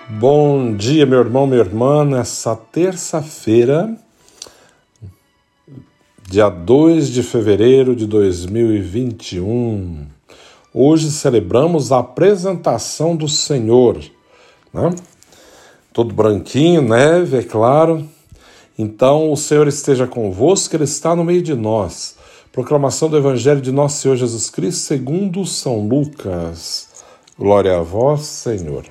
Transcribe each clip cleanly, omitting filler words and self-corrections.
Bom dia, meu irmão, minha irmã. Nessa terça-feira, dia 2 de fevereiro de 2021, hoje celebramos a apresentação do Senhor, né? Todo branquinho, neve, é claro. Então, o Senhor esteja convosco, Ele está no meio de nós. Proclamação do Evangelho de nosso Senhor Jesus Cristo, segundo São Lucas. Glória a vós, Senhor.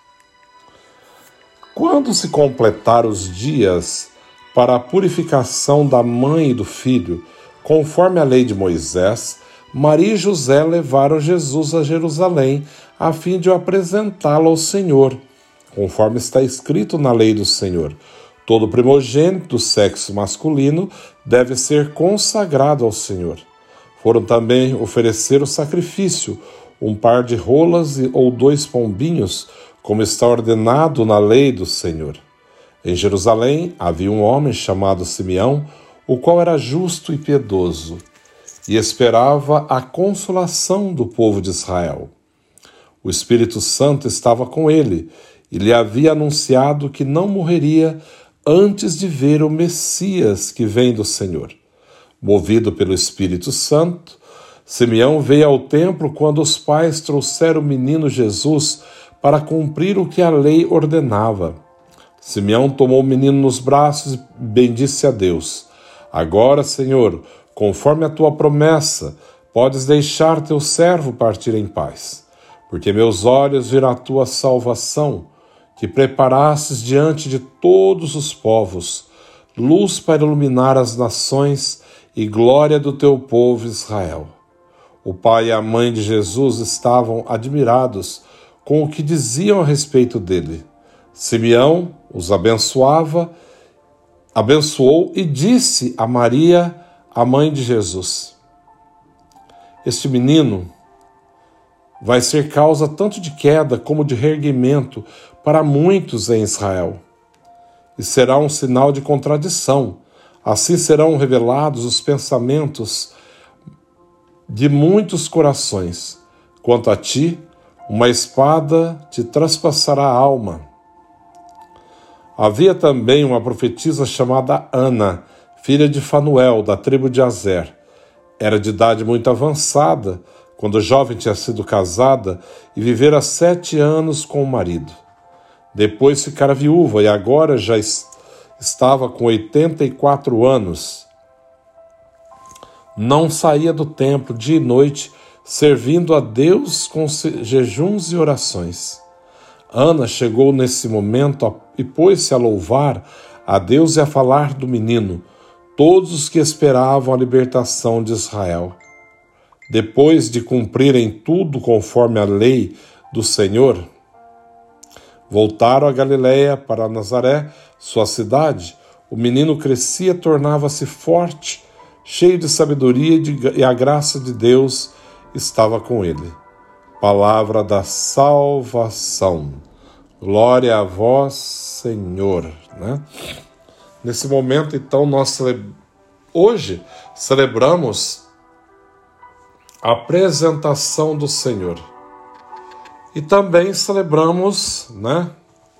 Quando se completar os dias para a purificação da mãe e do filho, conforme a lei de Moisés, Maria e José levaram Jesus a Jerusalém, a fim de o apresentá-lo ao Senhor, conforme está escrito na lei do Senhor. Todo primogênito do sexo masculino deve ser consagrado ao Senhor. Foram também oferecer o sacrifício, um par de rolas ou 2 pombinhos, como está ordenado na lei do Senhor. Em Jerusalém havia um homem chamado Simeão, o qual era justo e piedoso, e esperava a consolação do povo de Israel. O Espírito Santo estava com ele, e lhe havia anunciado que não morreria antes de ver o Messias que vem do Senhor. Movido pelo Espírito Santo, Simeão veio ao templo quando os pais trouxeram o menino Jesus para cumprir o que a lei ordenava. Simeão tomou o menino nos braços e bendisse a Deus. Agora, Senhor, conforme a tua promessa, podes deixar teu servo partir em paz, porque meus olhos viram a tua salvação, que preparastes diante de todos os povos, luz para iluminar as nações e glória do teu povo Israel. O pai e a mãe de Jesus estavam admirados com o que diziam a respeito dele. Simeão os abençoou e disse a Maria, a mãe de Jesus: este menino vai ser causa tanto de queda como de reerguimento para muitos em Israel, e será um sinal de contradição. Assim serão revelados os pensamentos de muitos corações. Quanto a ti, uma espada te traspassará a alma. Havia também uma profetisa chamada Ana, filha de Fanuel, da tribo de Aser. Era de idade muito avançada, quando jovem tinha sido casada e vivera 7 anos com o marido. Depois ficara viúva e agora já estava com 84 anos. Não saía do templo dia e noite, servindo a Deus com jejuns e orações. Ana chegou nesse momento e pôs-se a louvar a Deus e a falar do menino, todos os que esperavam a libertação de Israel. Depois de cumprirem tudo conforme a lei do Senhor, voltaram a Galiléia para Nazaré, sua cidade. O menino crescia, tornava-se forte, cheio de sabedoria e a graça de Deus estava com ele. Palavra da salvação. Glória a vós, Senhor. Né? Nesse momento, então, hoje celebramos a apresentação do Senhor. E também celebramos, né,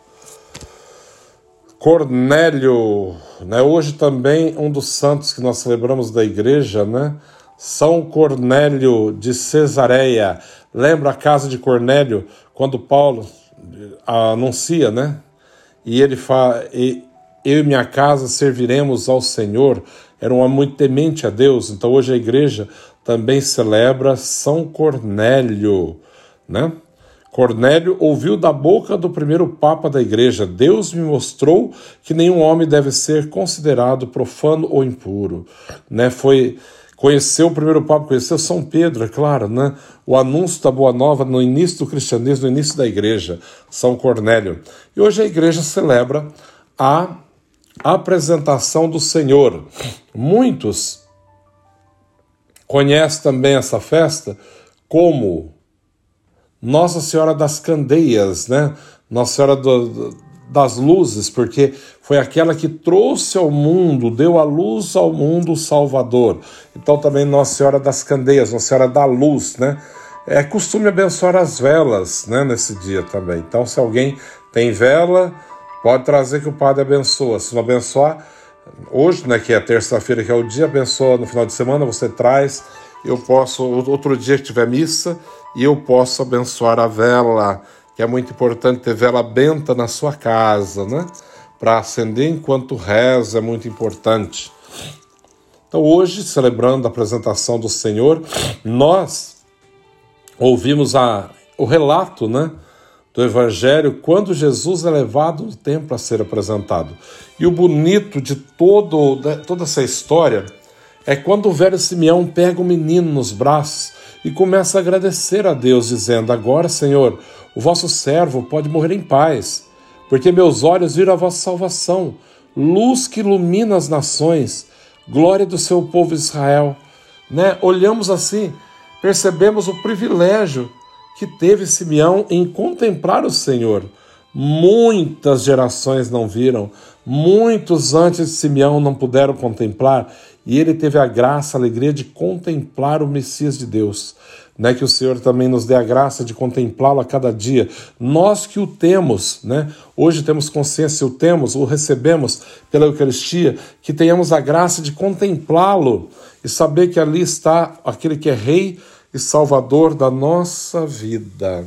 Cornélio, né? Hoje também um dos santos que nós celebramos da igreja, né? São Cornélio de Cesareia. Lembra a casa de Cornélio, quando Paulo anuncia, né? E ele fala: eu e minha casa serviremos ao Senhor. Era um homem muito temente a Deus. Então hoje a igreja também celebra São Cornélio, né? Cornélio ouviu da boca do primeiro papa da igreja: Deus me mostrou que nenhum homem deve ser considerado profano ou impuro. Né? Conheceu o primeiro papa, conheceu São Pedro, é claro, né? O anúncio da Boa Nova no início do cristianismo, no início da igreja, São Cornélio. E hoje a igreja celebra a apresentação do Senhor. Muitos conhecem também essa festa como Nossa Senhora das Candeias, né? Nossa Senhora das Luzes, porque foi aquela que trouxe ao mundo, deu a luz ao mundo o Salvador. Então também Nossa Senhora das Candeias, Nossa Senhora da Luz, né? é costume abençoar as velas, né, nesse dia também. Então, se alguém tem vela, pode trazer que o padre abençoa. Se não abençoar, hoje, né, que é terça-feira, que é o dia, abençoa no final de semana, você traz. Eu posso, outro dia que tiver missa, e eu posso abençoar a vela, que é muito importante ter vela benta na sua casa, né? Para acender enquanto reza, é muito importante. Então hoje, celebrando a apresentação do Senhor, nós ouvimos o relato, né, do Evangelho, quando Jesus é levado no templo a ser apresentado. E o bonito de toda essa história é quando o velho Simeão pega o menino nos braços e começa a agradecer a Deus, dizendo: agora, Senhor, o vosso servo pode morrer em paz, porque meus olhos viram a vossa salvação, luz que ilumina as nações, glória do seu povo Israel. Né? Olhamos assim, percebemos o privilégio que teve Simeão em contemplar o Senhor. Muitas gerações não viram, muitos antes de Simeão não puderam contemplar, e ele teve a graça, a alegria de contemplar o Messias de Deus. Né, que o Senhor também nos dê a graça de contemplá-lo a cada dia. Nós que o temos, né, hoje temos consciência, o recebemos pela Eucaristia, que tenhamos a graça de contemplá-lo e saber que ali está aquele que é Rei e Salvador da nossa vida.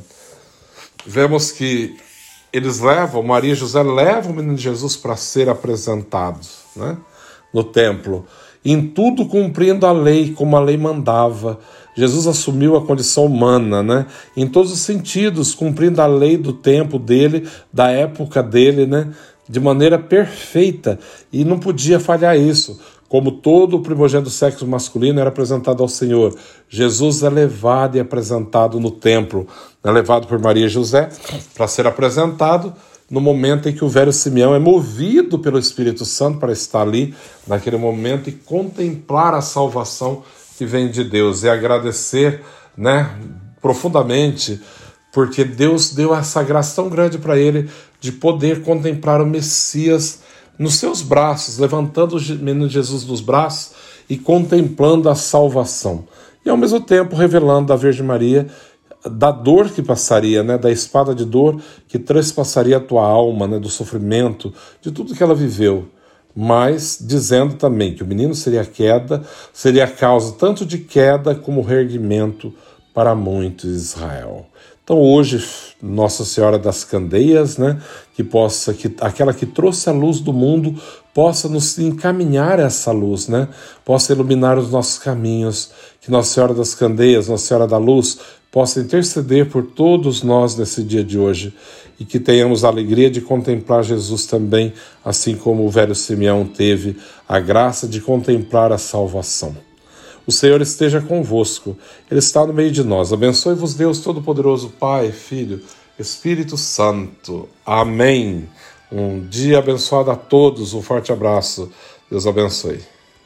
Vemos que Maria e José levam o menino Jesus para ser apresentado, né, no templo, em tudo cumprindo a lei, como a lei mandava. Jesus assumiu a condição humana, né? Em todos os sentidos, cumprindo a lei do tempo dele, da época dele, né? De maneira perfeita, e não podia falhar isso. Como todo o primogênito do sexo masculino era apresentado ao Senhor, Jesus é levado e apresentado no templo, é levado por Maria e José para ser apresentado no momento em que o velho Simeão é movido pelo Espírito Santo para estar ali, naquele momento, e contemplar a salvação que vem de Deus, e agradecer, né, profundamente, porque Deus deu essa graça tão grande para ele de poder contemplar o Messias nos seus braços, levantando o menino Jesus nos braços e contemplando a salvação. E ao mesmo tempo revelando a Virgem Maria da dor que passaria, né, da espada de dor que transpassaria a tua alma, né, do sofrimento, de tudo que ela viveu. Mas dizendo também que o menino seria a causa tanto de queda como reerguimento para muitos de Israel. Então hoje, Nossa Senhora das Candeias, né, aquela que trouxe a luz do mundo, possa nos encaminhar essa luz, né, possa iluminar os nossos caminhos, que Nossa Senhora das Candeias, Nossa Senhora da Luz, possa interceder por todos nós nesse dia de hoje, e que tenhamos a alegria de contemplar Jesus também, assim como o velho Simeão teve a graça de contemplar a salvação. O Senhor esteja convosco, Ele está no meio de nós. Abençoe-vos Deus Todo-Poderoso, Pai, Filho, Espírito Santo. Amém. Um dia abençoado a todos, um forte abraço. Deus abençoe.